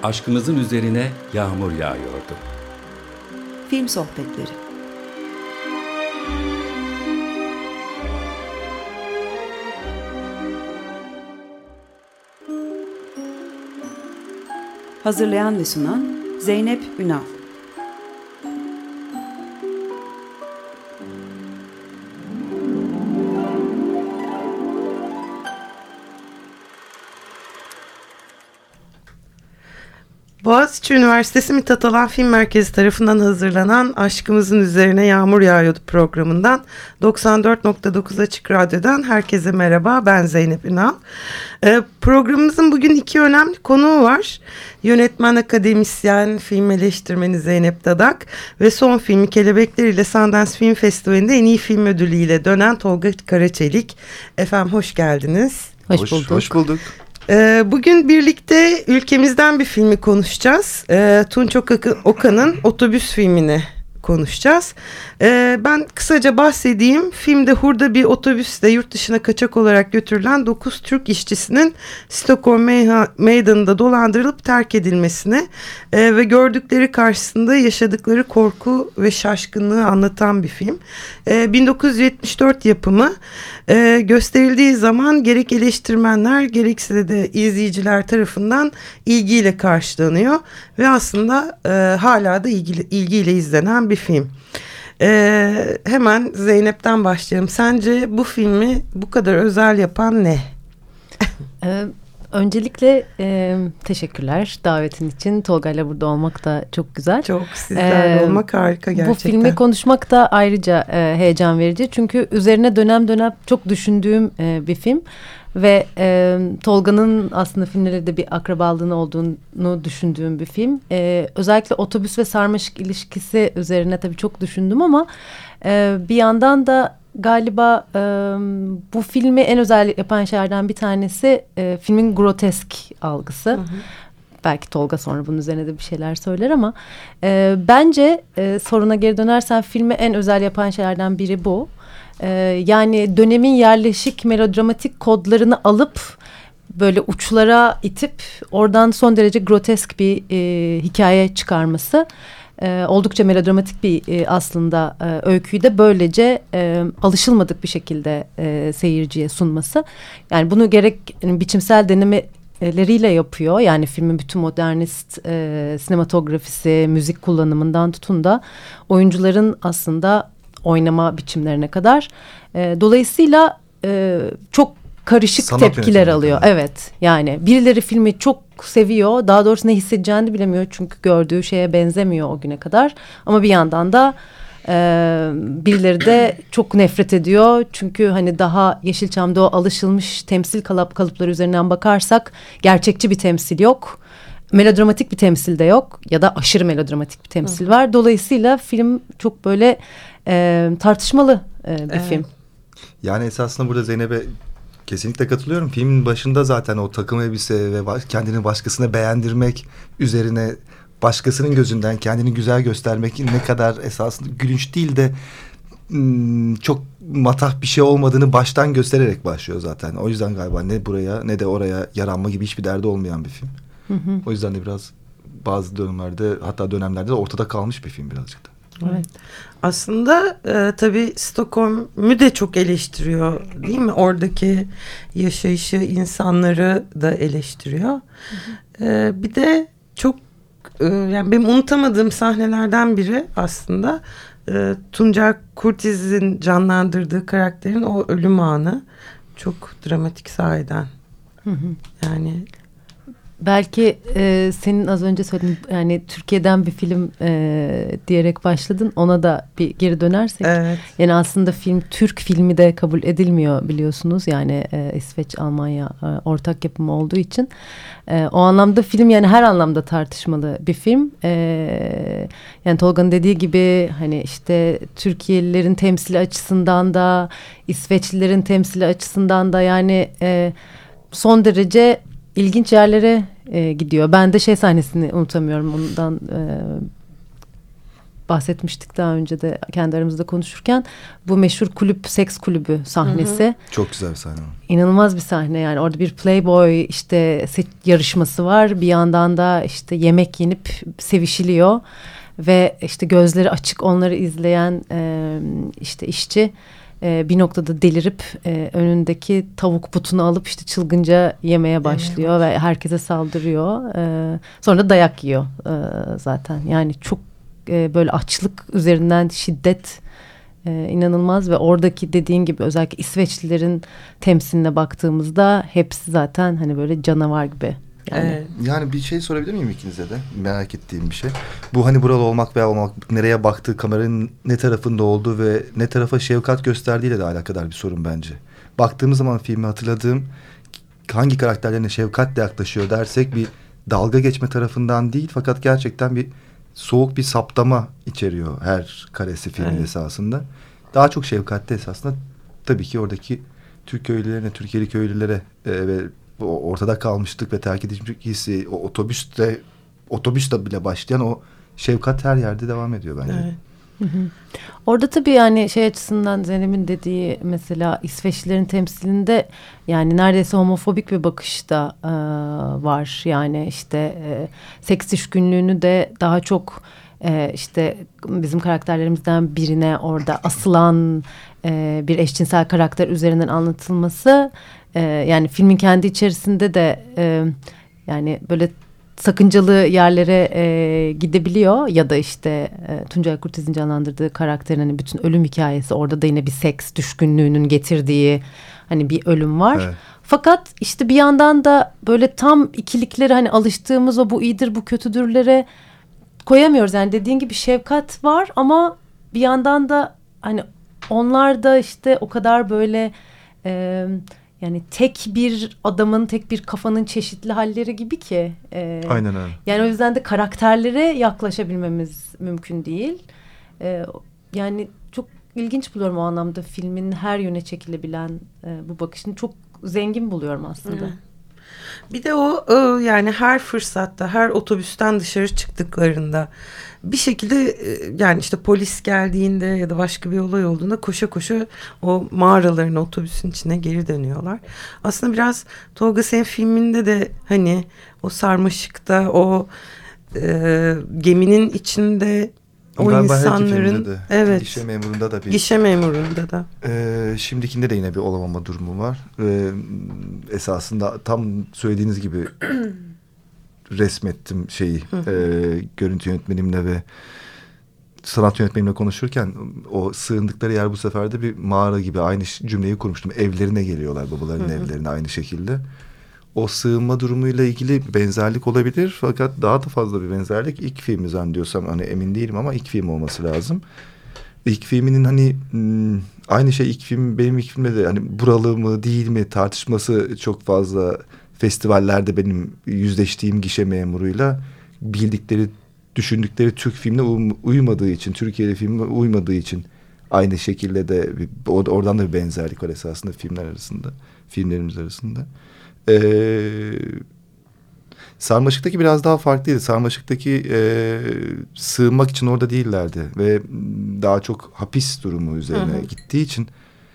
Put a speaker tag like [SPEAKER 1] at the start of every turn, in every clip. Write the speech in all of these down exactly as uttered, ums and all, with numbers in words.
[SPEAKER 1] aşkımızın üzerine yağmur yağıyordu.
[SPEAKER 2] Film sohbetleri. Hazırlayan ve sunan Zeynep Ünal.
[SPEAKER 3] Boğaziçi Üniversitesi Mithat Alan Film Merkezi tarafından hazırlanan Aşkımızın Üzerine Yağmur Yağıyordu programından doksan dört nokta dokuz Açık Radyo'dan herkese merhaba, ben Zeynep Ünal. Ee, programımızın bugün iki önemli konuğu var. Yönetmen, akademisyen, film eleştirmeni Zeynep Dadak ve son filmi Kelebekler ile Sundance Film Festivali'nde en iyi film ödülüyle dönen Tolga Karaçelik. Efendim hoş geldiniz.
[SPEAKER 4] Hoş, hoş bulduk. Hoş bulduk.
[SPEAKER 3] Bugün birlikte ülkemizden bir filmi konuşacağız. Tunç Okan'ın Otobüs filmini konuşacağız. Ben kısaca bahsedeyim. Filmde hurda bir otobüsle yurt dışına kaçak olarak götürülen dokuz Türk işçisinin Stockholm meydanında dolandırılıp terk edilmesini ve gördükleri karşısında yaşadıkları korku ve şaşkınlığı anlatan bir film. bin dokuz yüz yetmiş dört yapımı. Gösterildiği zaman gerek eleştirmenler gerekse de izleyiciler tarafından ilgiyle karşılanıyor ve aslında hala da ilgili, ilgiyle izlenen bir film. Ee, hemen Zeynep'ten başlayalım. Sence bu filmi bu kadar özel yapan ne?
[SPEAKER 4] ee, öncelikle e, teşekkürler davetin için. Tolga ile burada olmak da çok güzel.
[SPEAKER 3] Çok sizlerle ee, olmak harika gerçekten.
[SPEAKER 4] Bu filmi konuşmak da ayrıca e, heyecan verici. Çünkü üzerine dönem dönem çok düşündüğüm e, bir film. Ve e, Tolga'nın aslında filmlere de bir akrabalığının olduğunu düşündüğüm bir film. E, özellikle otobüs ve sarmaşık ilişkisi üzerine tabii çok düşündüm ama e, bir yandan da galiba e, bu filmi en özel yapan şeylerden bir tanesi e, filmin grotesk algısı. Hı hı. Belki Tolga sonra bunun üzerine de bir şeyler söyler ama e, bence e, soruna geri dönersen filmi en özel yapan şeylerden biri bu. Ee, yani dönemin yerleşik melodramatik kodlarını alıp böyle uçlara itip oradan son derece grotesk bir e, hikaye çıkarması. E, oldukça melodramatik bir e, aslında e, öyküyü de böylece e, alışılmadık bir şekilde e, seyirciye sunması. Yani bunu gerek yani, biçimsel denemeleriyle yapıyor. Yani filmin bütün modernist e, sinematografisi, müzik kullanımından tutun da oyuncuların aslında oynama biçimlerine kadar. E, dolayısıyla e, çok karışık sanat tepkiler alıyor. Yani. Evet, yani birileri filmi çok seviyor. Daha doğrusu ne hissedeceğini bilemiyor. Çünkü gördüğü şeye benzemiyor o güne kadar. Ama bir yandan da e, birileri de çok nefret ediyor. Çünkü hani daha Yeşilçam'da o alışılmış temsil kalıp kalıpları üzerinden bakarsak gerçekçi bir temsil yok. Melodramatik bir temsil de yok. Ya da aşırı melodramatik bir temsil Hı. var. Dolayısıyla film çok böyle e, tartışmalı e, bir evet. film.
[SPEAKER 5] Yani esasında burada Zeynep'e kesinlikle katılıyorum. Filmin başında zaten o takım elbise ve baş, kendini başkasına beğendirmek üzerine başkasının gözünden kendini güzel göstermek ne kadar esasında gülünç değil de çok matah bir şey olmadığını baştan göstererek başlıyor zaten. O yüzden galiba ne buraya ne de oraya yaranma gibi hiçbir derdi olmayan bir film. Hı hı. O yüzden de biraz bazı dönemlerde hatta dönemlerde de ortada kalmış bir film birazcık da.
[SPEAKER 3] Evet. Aslında e, tabii Stockholm'u de çok eleştiriyor değil mi? Oradaki yaşayışı, insanları da eleştiriyor. Hı hı. E, bir de çok e, yani benim unutamadığım sahnelerden biri aslında e, Tuncel Kurtiz'in canlandırdığı karakterin o ölüm anı çok dramatik sahiden. Hı hı. Yani
[SPEAKER 4] belki e, senin az önce söylediğin yani Türkiye'den bir film e, diyerek başladın. Ona da bir geri dönersek. Evet. Yani aslında film Türk filmi de kabul edilmiyor biliyorsunuz. Yani e, İsveç, Almanya e, ortak yapımı olduğu için. E, o anlamda film yani her anlamda tartışmalı bir film. E, yani Tolga'nın dediği gibi hani işte Türkiye'lilerin temsili açısından da İsveçlilerin temsili açısından da yani e, son derece İlginç yerlere e, gidiyor. Ben de şey sahnesini unutamıyorum. Ondan e, bahsetmiştik daha önce de kendi aramızda konuşurken. Bu meşhur kulüp, seks kulübü sahnesi. Hı hı.
[SPEAKER 5] Çok güzel bir sahne.
[SPEAKER 4] İnanılmaz bir sahne yani. Orada bir Playboy işte yarışması var. Bir yandan da işte yemek yenip sevişiliyor. Ve işte gözleri açık onları izleyen e, işte işçi e, bir noktada delirip e, önündeki tavuk butunu alıp işte çılgınca yemeye başlıyor Yemeye ve herkese saldırıyor. E, sonra da dayak yiyor e, zaten. Yani çok e, böyle açlık üzerinden şiddet e, inanılmaz ve oradaki dediğin gibi özellikle İsveçlilerin temsiline baktığımızda hepsi zaten hani böyle canavar gibi. Yani.
[SPEAKER 5] Evet. Yani bir şey sorabilir miyim ikinize de? Merak ettiğim bir şey. Bu hani buralı olmak veya olmamak, nereye baktığı, kameranın ne tarafında olduğu ve ne tarafa şefkat gösterdiğiyle de alakadar bir sorun bence. Baktığımız zaman filmi hatırladığım hangi karakterlerine şefkatle yaklaşıyor dersek bir dalga geçme tarafından değil fakat gerçekten bir soğuk bir saptama içeriyor her karesi filmin evet. esasında. Daha çok şefkatli esasında tabii ki oradaki Türk köylülerine, Türkiye'li köylülere e, ve ortada kalmıştık ve terk edilmişlik hissi, o otobüste otobüste bile başlayan o şefkat her yerde devam ediyor bence.
[SPEAKER 4] Evet. Hı hı. Orada tabii yani şey açısından Zeynep'in dediği mesela İsveçlilerin temsilinde yani neredeyse homofobik bir bakış da e, var. Yani işte e, seks düşkünlüğünü de daha çok e, işte bizim karakterlerimizden birine orada asılan e, bir eşcinsel karakter üzerinden anlatılması e, yani filmin kendi içerisinde de e, yani böyle sakıncalı yerlere e, gidebiliyor ya da işte e, Tuncay Kurtiz'in canlandırdığı karakterin hani bütün ölüm hikayesi orada da yine bir seks düşkünlüğünün getirdiği hani bir ölüm var. Evet. Fakat işte bir yandan da böyle tam ikilikleri hani alıştığımız o bu iyidir bu kötüdürlere koyamıyoruz. Yani dediğin gibi şefkat var ama bir yandan da hani onlar da işte o kadar böyle e, yani tek bir adamın, tek bir kafanın çeşitli halleri gibi ki. E,
[SPEAKER 5] Aynen öyle.
[SPEAKER 4] Yani o yüzden de karakterlere yaklaşabilmemiz mümkün değil. E, yani çok ilginç buluyorum o anlamda filmin her yöne çekilebilen e, bu bakışını çok zengin buluyorum aslında. Hı.
[SPEAKER 3] Bir de o, o yani her fırsatta, her otobüsten dışarı çıktıklarında bir şekilde yani işte polis geldiğinde ya da başka bir olay olduğunda koşa koşa o mağaraların otobüsün içine geri dönüyorlar. Aslında biraz Tolga senin filminde de hani o sarmaşıkta o e, geminin içinde o
[SPEAKER 5] galiba
[SPEAKER 3] insanların
[SPEAKER 5] de,
[SPEAKER 3] evet
[SPEAKER 5] gişe memurunda da bir
[SPEAKER 3] gişe memurunda da
[SPEAKER 5] e, şimdikinde de yine bir olamama durumu var. E, esasında tam söylediğiniz gibi resmettim şeyi e, görüntü yönetmenimle ve sanat yönetmenimle konuşurken o sığındıkları yer bu sefer de bir mağara gibi aynı cümleyi kurmuştum. Evlerine geliyorlar babalarının evlerine aynı şekilde. O sığınma durumuyla ilgili benzerlik olabilir fakat daha da fazla bir benzerlik ilk filmi zannediyorsam hani emin değilim ama ilk film olması lazım. İlk filminin hani aynı şey ilk film benim ilk filmde de hani buralı mı değil mi tartışması çok fazla festivallerde benim yüzleştiğim gişe memuruyla bildikleri düşündükleri Türk filmine uymadığı için Türkiye'li filmine uymadığı için aynı şekilde de oradan da bir benzerlik var esasında filmler arasında filmlerimiz arasında. Ee, Sarmaşık'taki biraz daha farklıydı. Sarmaşık'taki e, sığınmak için orada değillerdi ve daha çok hapis durumu üzerine hı hı. gittiği için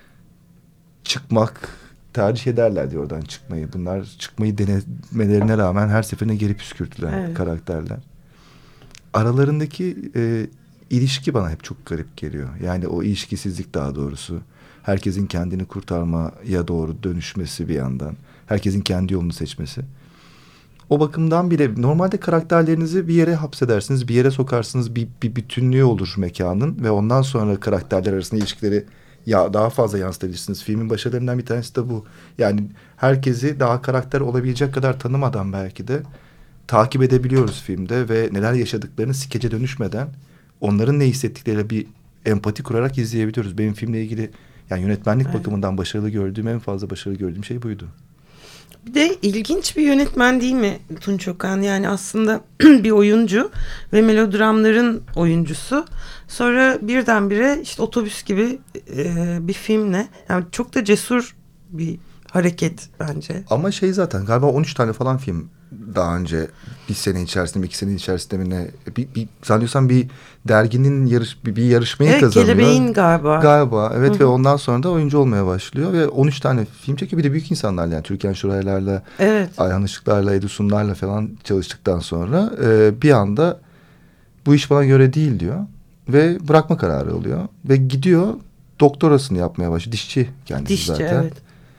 [SPEAKER 5] çıkmak tercih ederlerdi oradan çıkmayı. Bunlar çıkmayı denemelerine rağmen her seferinde geri püskürtülen evet. karakterler. Aralarındaki e, ilişki bana hep çok garip geliyor. Yani o ilişkisizlik daha doğrusu. Herkesin kendini kurtarmaya doğru dönüşmesi bir yandan. Herkesin kendi yolunu seçmesi. O bakımdan bile normalde karakterlerinizi bir yere hapsedersiniz, bir yere sokarsınız, bir, bir bütünlüğü olur mekanın ve ondan sonra karakterler arasında ilişkileri ya daha fazla yansıtabilirsiniz. Filmin başarılarından bir tanesi de bu. Yani herkesi daha karakter olabilecek kadar tanımadan belki de takip edebiliyoruz filmde ve neler yaşadıklarını skece dönüşmeden onların ne hissettikleriyle bir empati kurarak izleyebiliyoruz. Benim filmle ilgili yani yönetmenlik evet. bakımından başarılı gördüğüm en fazla başarılı gördüğüm şey buydu.
[SPEAKER 3] Bir de ilginç bir yönetmen değil mi Tunç Okan? Yani aslında bir oyuncu ve melodramların oyuncusu. Sonra birdenbire işte otobüs gibi e, bir filmle. Yani çok da cesur bir hareket bence.
[SPEAKER 5] Ama şey zaten galiba on üç tane falan film daha önce bir sene içerisinde, iki sene içerisinde mi ne? Bir, bir, sanıyorsam bir derginin yarış, bir, bir yarışmayı
[SPEAKER 3] evet,
[SPEAKER 5] kazanıyor.
[SPEAKER 3] Kelebeğin galiba.
[SPEAKER 5] Galiba evet. Hı-hı. Ve ondan sonra da oyuncu olmaya başlıyor. Ve on üç tane film çekiyor. Bir de büyük insanlarla, yani Türkan Şoraylar'la, evet. Ayhan Işıklar'la, Edu Sunlar'la falan çalıştıktan sonra e, bir anda bu iş bana göre değil diyor. Ve bırakma kararı oluyor. Ve gidiyor doktorasını yapmaya başlıyor. Dişçi kendisi
[SPEAKER 3] Dişçi,
[SPEAKER 5] zaten.
[SPEAKER 3] Evet.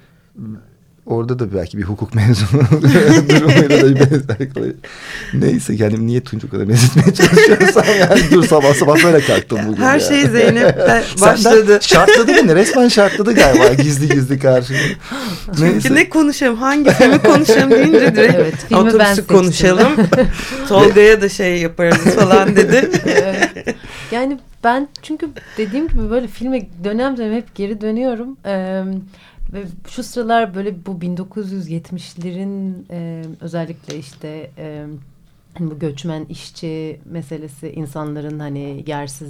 [SPEAKER 5] Orada da belki bir hukuk mezunu durumuyla da benzer kalıyor. Neyse, yani niye Tunç o kadar benzetmeye çalışıyorsam yani dur sabah sabah böyle kalktım bugün.
[SPEAKER 3] Her
[SPEAKER 5] ya.
[SPEAKER 3] şey Zeynep'ten başladı.
[SPEAKER 5] Şartladı beni, resmen şartladı galiba gizli gizli karşımda.
[SPEAKER 3] Çünkü ne konuşalım, hangi filmi konuşalım deyince direkt evet, otobüsü konuşalım. Tolga'ya da şey yaparız falan dedi.
[SPEAKER 4] Evet. Yani ben çünkü dediğim gibi böyle filme dönem dönem hep geri dönüyorum. Ee, Ve şu sıralar böyle bu bin dokuz yüz yetmişlerin e, özellikle işte e, bu göçmen işçi meselesi, insanların hani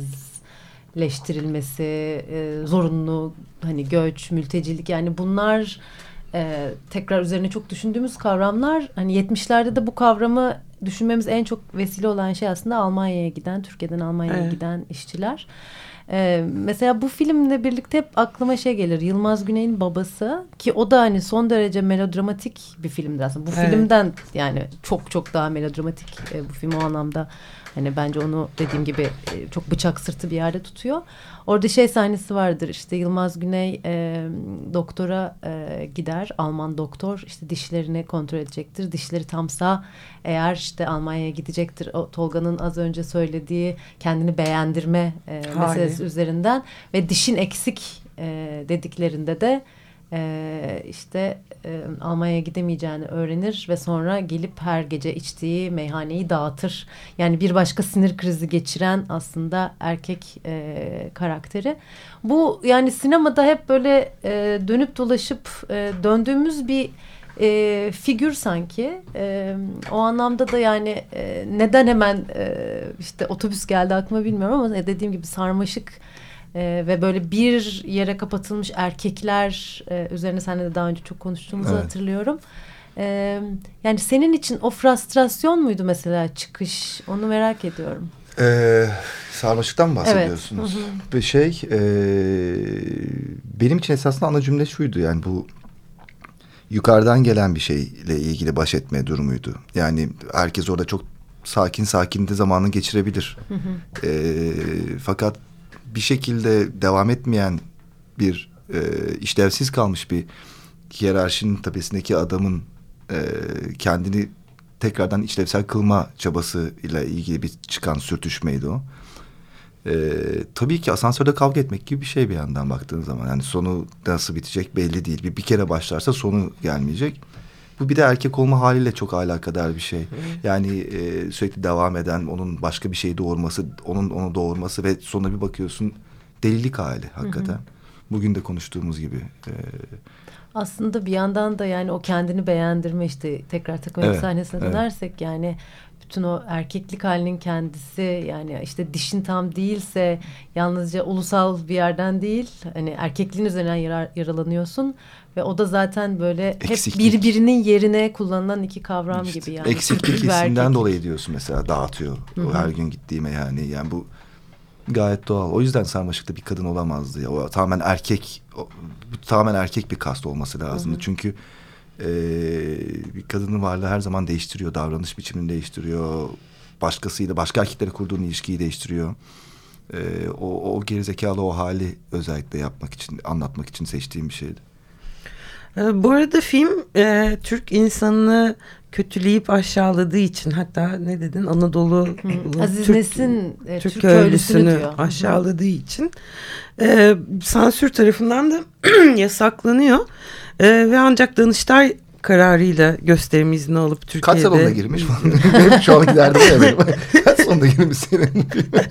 [SPEAKER 4] yersizleştirilmesi, e, zorunlu hani göç, mültecilik, yani bunlar e, tekrar üzerine çok düşündüğümüz kavramlar. Hani yetmişlerde de bu kavramı düşünmemiz en çok vesile olan şey aslında Almanya'ya giden, Türkiye'den Almanya'ya evet. giden işçiler. Ee, mesela bu filmle birlikte hep aklıma şey gelir, Yılmaz Güney'in Babası, ki o da hani son derece melodramatik bir filmdir aslında. Bu evet. filmden yani çok çok daha melodramatik e, bu film o anlamda. Hani bence onu dediğim gibi e, çok bıçak sırtı bir yerde tutuyor. Orada şey sahnesi vardır, işte Yılmaz Güney e, doktora e, gider, Alman doktor, işte dişlerini kontrol edecektir. Dişleri tamsa eğer işte Almanya'ya gidecektir. O Tolga'nın az önce söylediği kendini beğendirme e, meselesi üzerinden ve dişin eksik e, dediklerinde de Ee, işte e, Almanya'ya gidemeyeceğini öğrenir ve sonra gelip her gece içtiği meyhaneyi dağıtır. Yani bir başka sinir krizi geçiren aslında erkek e, karakteri. Bu yani sinemada hep böyle e, dönüp dolaşıp e, döndüğümüz bir e, figür sanki. E, o anlamda da yani e, neden hemen e, işte otobüs geldi aklıma bilmiyorum ama dediğim gibi sarmaşık Ee, ve böyle bir yere kapatılmış erkekler e, üzerine seninle de daha önce çok konuştuğumuzu evet. hatırlıyorum. Ee, yani senin için o frustrasyon muydu mesela çıkış? Onu merak ediyorum.
[SPEAKER 5] Ee, sarmaşıktan mı bahsediyorsunuz? Evet. Bir şey e, benim için esasında ana cümle şuydu, yani bu yukarıdan gelen bir şeyle ilgili baş etme durumuydu. Yani herkes orada çok sakin sakin de zamanını geçirebilir. Hı hı. E, fakat bir şekilde devam etmeyen bir e, işlevsiz kalmış bir hiyerarşinin tepesindeki adamın e, kendini tekrardan işlevsel kılma çabasıyla ilgili bir çıkan sürtüşmeydi o. E, tabii ki asansörde kavga etmek gibi bir şey bir yandan baktığın zaman. Yani sonu nasıl bitecek belli değil. Bir, bir kere başlarsa sonu gelmeyecek. Bu bir de erkek olma haliyle çok alakadar bir şey. Hı. Yani e, sürekli devam eden, onun başka bir şey doğurması, onun onu doğurması ve sonra bir bakıyorsun delilik hali hakikaten. Hı hı. Bugün de konuştuğumuz gibi. E,
[SPEAKER 4] Aslında bir yandan da yani o kendini beğendirme, işte tekrar takım evet, sahnesine evet. dönersek yani bütün o erkeklik halinin kendisi, yani işte dişin tam değilse yalnızca ulusal bir yerden değil, hani erkekliğin üzerinden yara, yaralanıyorsun ve o da zaten böyle eksiklik. Hep birbirinin yerine kullanılan iki kavram işte, gibi yani.
[SPEAKER 5] Eksiklik hissinden dolayı diyorsun mesela, dağıtıyor. Hı-hı. O her gün gittiğime yani yani bu gayet doğal. O yüzden sarmaşıkta bir kadın olamazdı ya. O tamamen erkek, o, tamamen erkek bir kast olması lazımdı. Hı-hı. Çünkü Ee, bir kadının varlığı her zaman değiştiriyor. Davranış biçimini değiştiriyor. Başkasıyla, başka erkeklerle kurduğun ilişkiyi değiştiriyor. Ee, o, o gerizekalı o hali özellikle yapmak için, anlatmak için seçtiğim bir şeydi.
[SPEAKER 3] Ee, bu arada film e, Türk insanını kötüleyip aşağıladığı için, hatta ne dedin, Anadolu
[SPEAKER 4] Hı, Aziz
[SPEAKER 3] Türk,
[SPEAKER 4] Nesin e,
[SPEAKER 3] Türk
[SPEAKER 4] Türk
[SPEAKER 3] köylüsünü aşağıladığı için e, sansür tarafından da yasaklanıyor. Ee, ve ancak Danıştay kararıyla gösterim izni alıp Türkiye'de...
[SPEAKER 5] Kaç salonuna girmiş falan? Benim şu anki derdim ya benim. Kaç salonuna girmiş senin?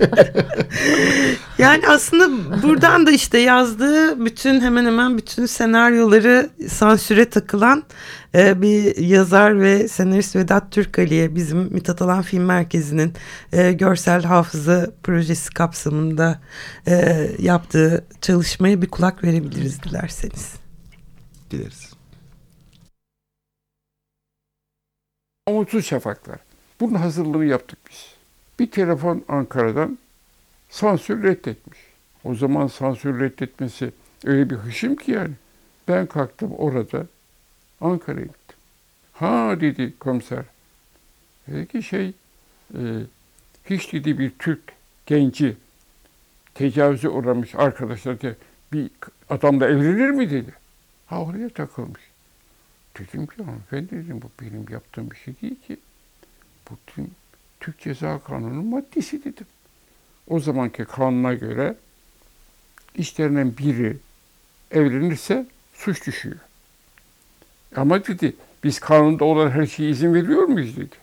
[SPEAKER 3] Yani aslında buradan da işte yazdığı bütün, hemen hemen bütün senaryoları sansüre takılan e, bir yazar ve senarist Vedat Türkali'ye bizim Mithat Alan Film Merkezi'nin e, görsel hafıza projesi kapsamında e, yaptığı çalışmaya bir kulak verebiliriz dilerseniz.
[SPEAKER 5] Dileriz.
[SPEAKER 6] Umutsuz Şafaklar. Bunun hazırlığını yaptık biz. Bir telefon Ankara'dan sansür reddetmiş. O zaman sansür reddetmesi öyle bir hışım ki yani. Ben kalktım orada Ankara'ya gittim. Ha dedi komiser. Dedi ki şey, e, hiç dedi bir Türk genci tecavüze uğramış arkadaşlar diye bir adamla evlenir mi dedi. Ha oraya takılmış. Dedim ki hanımefendi dedim bu benim yaptığım bir şey değil ki. Bu dedim, Türk Ceza Kanunu'nun maddesi dedim. O zamanki kanuna göre işlerinden biri evlenirse suç düşüyor. Ama dedi biz kanunda olan her şeye izin veriyor muyuz dedi.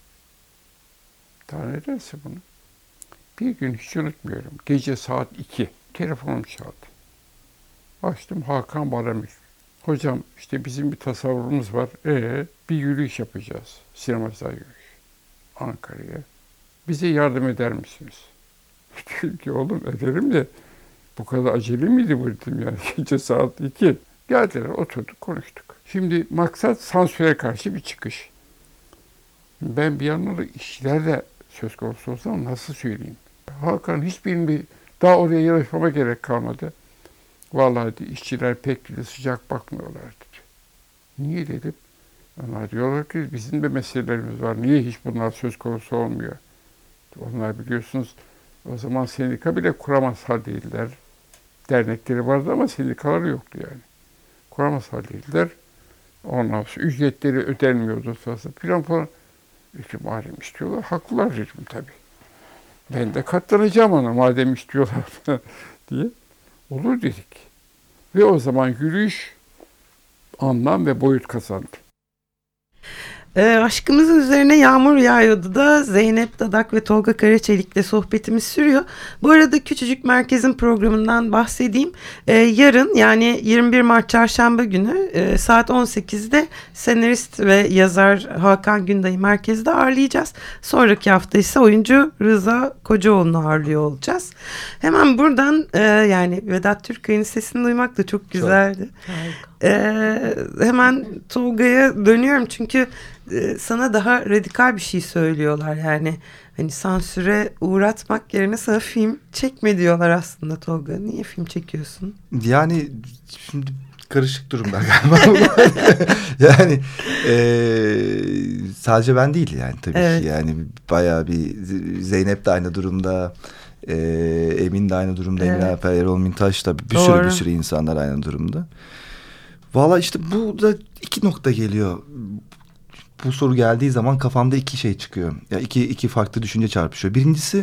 [SPEAKER 6] Daha ne derse bunu. Bir gün hiç unutmuyorum. Gece saat iki. Telefonum çaldı. Açtım, Hakan Balamış. Hocam işte bizim bir tasavvurumuz var. Ee, bir yürüyüş yapacağız. Sinemacılar yürüyüş. Ankara'ya. Bize yardım eder misiniz? Dedim ki oğlum ederim de bu kadar acele miydi bu dedim yani. Gece saat iki. Geldiler, oturduk, konuştuk. Şimdi maksat sansüre karşı bir çıkış. Ben bir yandan da işçiler de söz konusu olsam nasıl söyleyeyim? Hakan hiçbirini daha oraya yarışmama gerek kalmadı. Vallahi de, işçiler pek de sıcak bakmıyorlar dedi. Niye dedim? Onlar diyorlar ki bizim de meselelerimiz var. Niye hiç bunlar söz konusu olmuyor? Onlar biliyorsunuz o zaman sendika bile kuramaz hal değiller. Dernekleri vardı ama sendikaları yoktu yani. Kuramaz hal değiller. Ondan sonra ücretleri ödenmiyordu sırası filan falan. İşte madem istiyorlar, haklılar dedim tabii. Ben de katlanacağım ona madem istiyorlar diye. Olur dedik. Ve o zaman yürüyüş anlam ve boyut kazandı.
[SPEAKER 3] E, aşkımızın üzerine yağmur yağıyordu da Zeynep Dadak ve Tolga Karaçelik'le sohbetimiz sürüyor. Bu arada Küçücük Merkez'in programından bahsedeyim. E, yarın yani yirmi bir Mart Çarşamba günü e, saat on sekizde senarist ve yazar Hakan Günday'ı merkezde ağırlayacağız. Sonraki hafta ise oyuncu Rıza Kocaoğlu'nu ağırlıyor olacağız. Hemen buradan e, yani Vedat Türkay'ın sesini duymak da çok güzeldi. Çok. Ee, hemen Tolga'ya dönüyorum çünkü e, sana daha radikal bir şey söylüyorlar yani hani sansüre uğratmak yerine sana film çekme diyorlar aslında Tolga. Niye film çekiyorsun?
[SPEAKER 5] Yani şimdi karışık durumda galiba. Yani e, sadece ben değil yani tabii evet. ki yani bayağı bir Zeynep de aynı durumda. E, Emin de aynı durumda. Evet. Emre Alper, Erol Mintaş da bir Doğru. sürü bir sürü insanlar aynı durumda. Valla işte bu da iki nokta geliyor. Bu soru geldiği zaman kafamda iki şey çıkıyor. Ya iki iki farklı düşünce çarpışıyor. Birincisi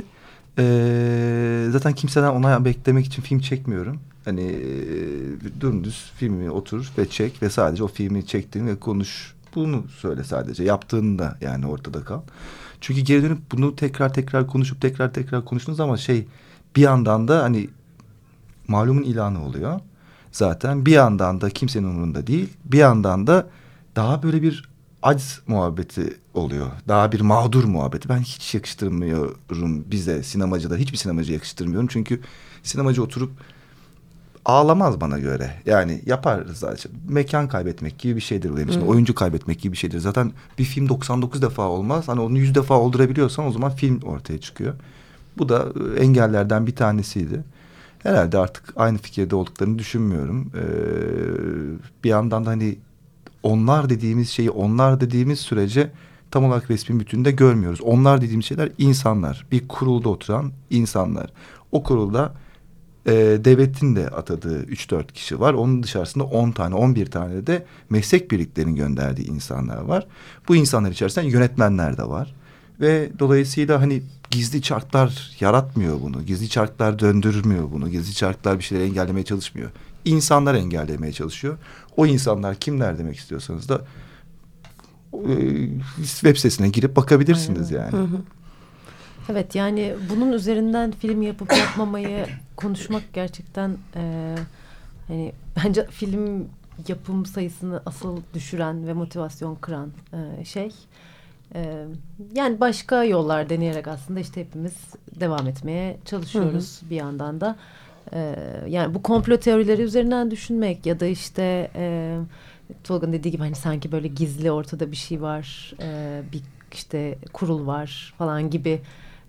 [SPEAKER 5] ee, zaten kimseden onay beklemek için film çekmiyorum. Hani e, dümdüz filmi otur ve çek ve sadece o filmi çektiğin ve konuş. Bunu söyle sadece. Yaptığını da yani ortada kal. Çünkü geri dönüp bunu tekrar tekrar konuşup tekrar tekrar konuştuğunuz zaman şey bir yandan da hani malumun ilanı oluyor. Zaten bir yandan da kimsenin umurunda değil. Bir yandan da daha böyle bir aciz muhabbeti oluyor. Daha bir mağdur muhabbeti. Ben hiç yakıştırmıyorum bize sinemacıda. Hiçbir sinemacı yakıştırmıyorum. Çünkü sinemacı oturup ağlamaz bana göre. Yani yaparız zaten. Mekan kaybetmek gibi bir şeydir benim için. Oyuncu kaybetmek gibi bir şeydir. Zaten bir film doksan dokuz defa olmaz. Hani onu yüz defa oldurabiliyorsan o zaman film ortaya çıkıyor. Bu da engellerden bir tanesiydi. Herhalde artık aynı fikirde olduklarını düşünmüyorum. Ee, bir yandan da hani onlar dediğimiz şeyi onlar dediğimiz sürece tam olarak resmin bütününde görmüyoruz. Onlar dediğimiz şeyler insanlar. Bir kurulda oturan insanlar. O kurulda e, devletin de atadığı üç dört kişi var. Onun dışarısında on tane on bir tane de meslek birliklerinin gönderdiği insanlar var. Bu insanlar içerisinde yönetmenler de var. Ve dolayısıyla hani gizli çarklar yaratmıyor bunu. Gizli çarklar döndürmüyor bunu. Gizli çarklar bir şeyleri engellemeye çalışmıyor. İnsanlar engellemeye çalışıyor. O insanlar kimler demek istiyorsanız da e, web sitesine girip bakabilirsiniz Aynen. yani. Hı hı.
[SPEAKER 4] Evet yani bunun üzerinden film yapıp yapmamayı konuşmak gerçekten e, hani bence film yapım sayısını asıl düşüren ve motivasyon kıran e, şey. Ee, yani başka yollar deneyerek aslında işte hepimiz devam etmeye çalışıyoruz hı hı. bir yandan da. E, yani bu komplo teorileri üzerinden düşünmek ya da işte e, Tolga'nın dediği gibi hani sanki böyle gizli ortada bir şey var, e, bir işte kurul var falan gibi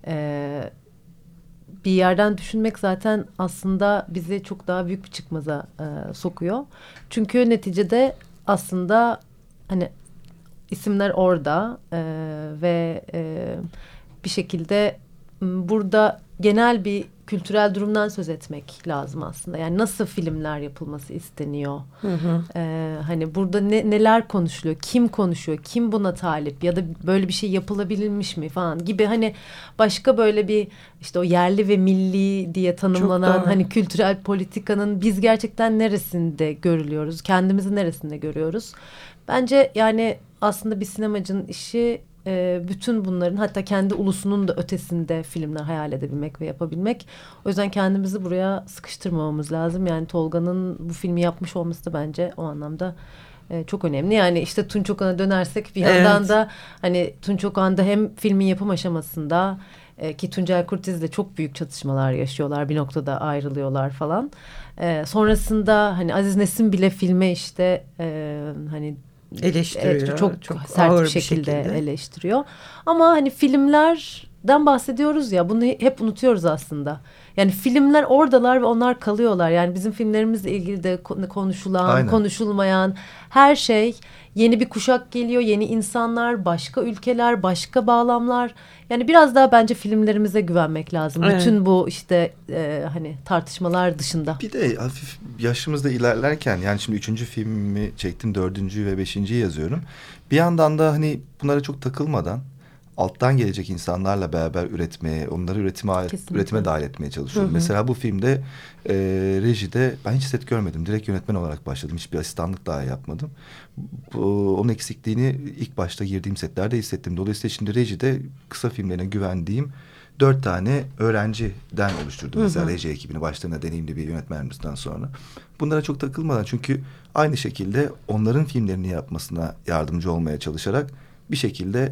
[SPEAKER 4] e, bir yerden düşünmek zaten aslında bizi çok daha büyük bir çıkmaza e, sokuyor. Çünkü neticede aslında hani isimler orada e, ve e, bir şekilde burada genel bir kültürel durumdan söz etmek lazım aslında. Yani nasıl filmler yapılması isteniyor? Hı hı. Ee, hani burada ne, neler konuşuluyor? Kim konuşuyor? Kim buna talip? Ya da böyle bir şey yapılabilmiş mi falan gibi hani başka böyle bir işte o yerli ve milli diye tanımlanan hani kültürel politikanın biz gerçekten neresinde görülüyoruz? Kendimizi neresinde görüyoruz? Bence yani aslında bir sinemacının işi bütün bunların hatta kendi ulusunun da ötesinde filmler hayal edebilmek ve yapabilmek. O yüzden kendimizi buraya sıkıştırmamamız lazım. Yani Tolga'nın bu filmi yapmış olması da bence o anlamda e, çok önemli. Yani işte Tunç Okan'a dönersek bir yandan evet. da hani Tunç Okan'da hem filmin yapım aşamasında e, ki Tuncel Kurtiz'le çok büyük çatışmalar yaşıyorlar. Bir noktada ayrılıyorlar falan. E, sonrasında hani Aziz Nesin bile filme işte e, hani
[SPEAKER 3] eleştiriyor.
[SPEAKER 4] Evet, çok, çok sert bir şekilde, bir şekilde eleştiriyor. Ama hani filmlerden bahsediyoruz ya bunu hep unutuyoruz aslında. Yani filmler oradalar ve onlar kalıyorlar. Yani bizim filmlerimizle ilgili de konuşulan, Aynen. konuşulmayan her şey yeni bir kuşak geliyor, yeni insanlar, başka ülkeler, başka bağlamlar. Yani biraz daha bence filmlerimize güvenmek lazım. Evet. Bütün bu işte e, hani tartışmalar dışında.
[SPEAKER 5] Bir de hafif yaşımızda ilerlerken yani şimdi üçüncü filmimi çektim, dördüncü ve beşinciyi yazıyorum. Bir yandan da hani bunlara çok takılmadan alttan gelecek insanlarla beraber üretmeye, onları üretime, üretime dahil etmeye çalışıyorum. Hı hı. Mesela bu filmde e, rejide ben hiç set görmedim. Direkt yönetmen olarak başladım. Hiçbir asistanlık daha yapmadım. Bu, onun eksikliğini ilk başta girdiğim setlerde hissettim. Dolayısıyla şimdi rejide kısa filmlerine güvendiğim dört tane öğrenciden oluşturdum. Hı hı. Mesela reji ekibini başlarına deneyimli bir yönetmenimizden sonra. Bunlara çok takılmadan çünkü aynı şekilde onların filmlerini yapmasına yardımcı olmaya çalışarak bir şekilde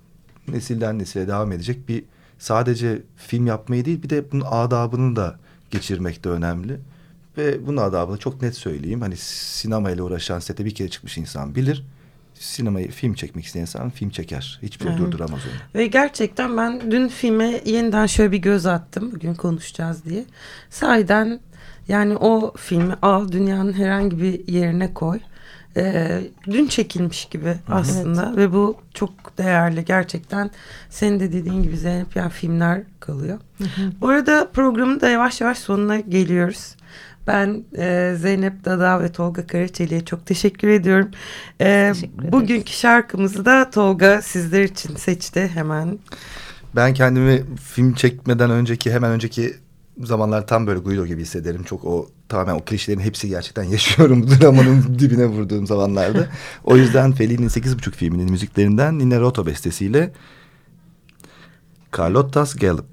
[SPEAKER 5] nesilden nesile devam edecek bir sadece film yapmayı değil bir de bunun adabını da geçirmek de önemli. Ve bunun adabını çok net söyleyeyim. Hani sinemayla uğraşan sete bir kere çıkmış insan bilir. Sinemayı film çekmek isteyen insan film çeker. Hiçbir şey durduramaz onu.
[SPEAKER 3] Ve gerçekten ben dün filme yeniden şöyle bir göz attım. Bugün konuşacağız diye. Sahiden yani o filmi al dünyanın herhangi bir yerine koy. Ee, dün çekilmiş gibi aslında evet. Ve bu çok değerli gerçekten senin de dediğin gibi Zeynep yani filmler kalıyor. Hı hı. Bu arada programın da yavaş yavaş sonuna geliyoruz. Ben e, Zeynep Dada ve Tolga Karaçelik'e çok teşekkür ediyorum. E, teşekkür bugünkü şarkımızı da Tolga sizler için seçti hemen.
[SPEAKER 5] Ben kendimi film çekmeden önceki hemen önceki zamanlar tam böyle Guido gibi hissederim. Çok o tamamen o klişelerin hepsi gerçekten yaşıyorum dramanın dibine vurduğum zamanlarda. O yüzden Fellini'nin sekiz buçuk filminin müziklerinden Nina Rota bestesiyle Carlotta's Galop.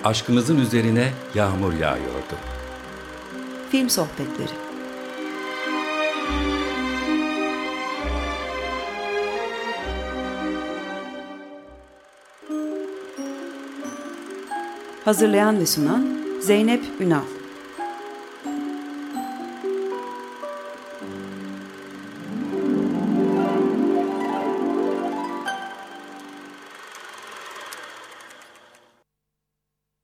[SPEAKER 1] aşkınızın üzerine yağmur yağıyordu.
[SPEAKER 2] Film Sohbetleri. Hazırlayan ve sunan Zeynep Ünal.